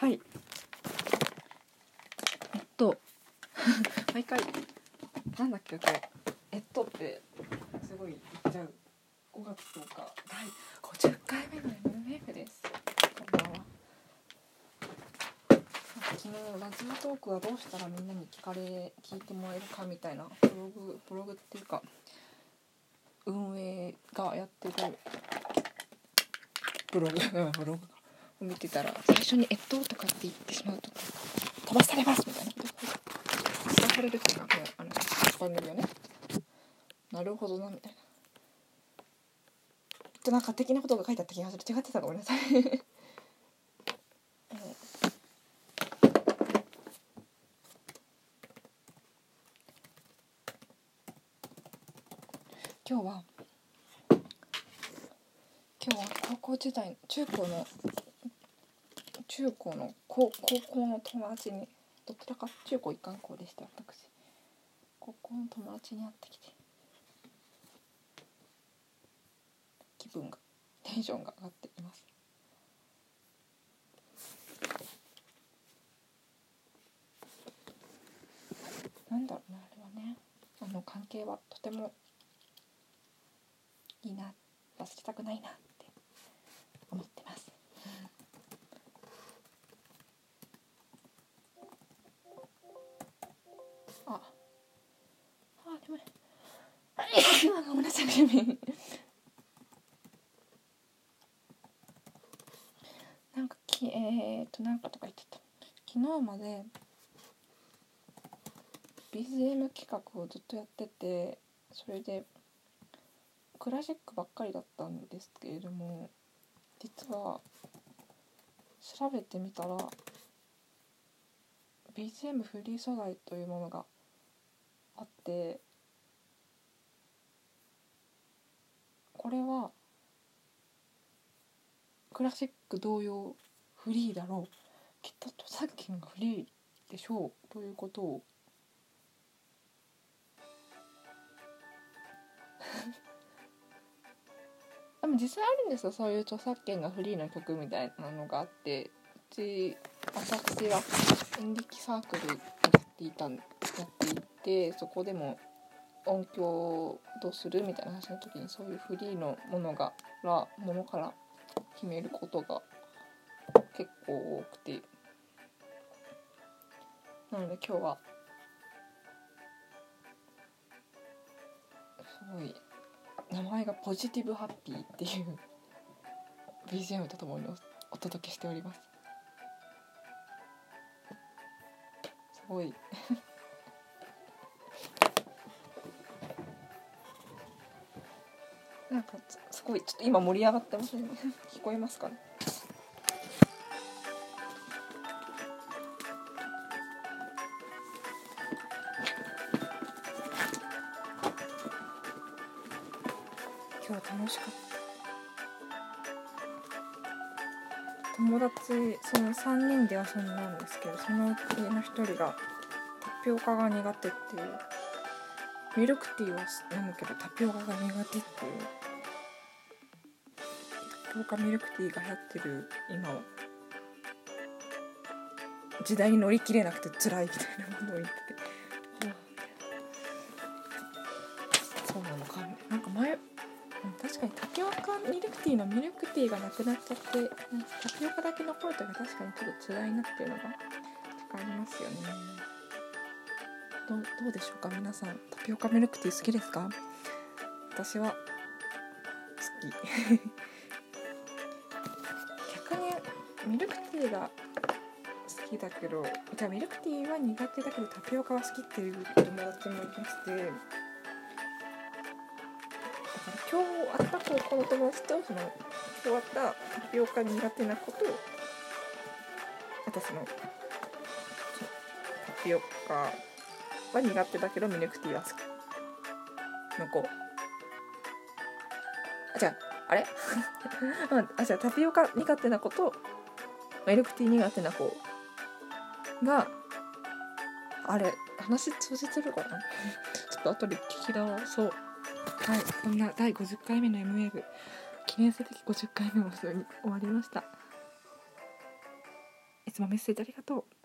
はい。毎回なんだっけこれってすごい言っちゃう。5月10日第50回目の MF です。こんばんは。昨日ラジオトークはどうしたらみんなに聞いてもらえるかみたいなブログっていうか運営がやってるブログを見てたら、最初にとかって言ってしまうと飛ばされますみたいなこと飛ばされるっていうか番組をね、なるほどなみたいななんか的なことが書いてあった気がする。違ってたらごめんなさい今日は高校時代中高の高校の友達に、どちらか中高一貫校でした。私高校の友達に会ってきて気分がテンションが上がっています。なんだろうな、あれはね、関係はとてもいいな、忘れたくないなって思ってます。でもごめんなさいなんかとか言ってた。昨日まで BGM 企画をずっとやってて、それでクラシックばっかりだったんですけれども、実は調べてみたら BGM フリー素材というものがあって、これはクラシック同様フリーだろう、きっと著作権がフリーでしょうということをでも実際あるんですよ、そういう著作権がフリーの曲みたいなのがあって、私は演劇サークルやっていて、そこでも音響どうするみたいな話の時に、そういうフリーのものから決めることが結構多くて、なので今日はすごい名前がポジティブハッピーっていう BGM とともにお届けしております。すごいなんかすごいちょっと今盛り上がってますね聞こえますかね。今日楽しかった。友達その3人で遊んだんですけど、そのうちの1人がタピオカが苦手っていう、ミルクティーは飲むけどタピオカが苦手っていう、タピオカミルクティーが流行ってる今は時代に乗り切れなくて辛いみたいなことを言ってて、そうなのか。なんか確かにタピオカミルクティーのミルクティーがなくなっちゃって、タピオカだけ残るとき確かにちょっと辛いなっていうのがありますよね。どうでしょうか皆さん、タピオカミルクティー好きですか？私は好き逆にミルクティーが好きだけど、じゃあミルクティーは苦手だけどタピオカは好きっていう友達もいまして、だから今日会った高校の友達と今日会ったタピオカ苦手な子と、私のタピオカは苦手だけどミルクティーは好きの子、じゃあタピオカ苦手な子とミルクティー苦手な子が、あれ話通じてるかなちょっと後で聞き直そう。はい、こんな第50回目の MF 記念すべき50回目もすぐに終わりました。いいつもメッセージありがとう。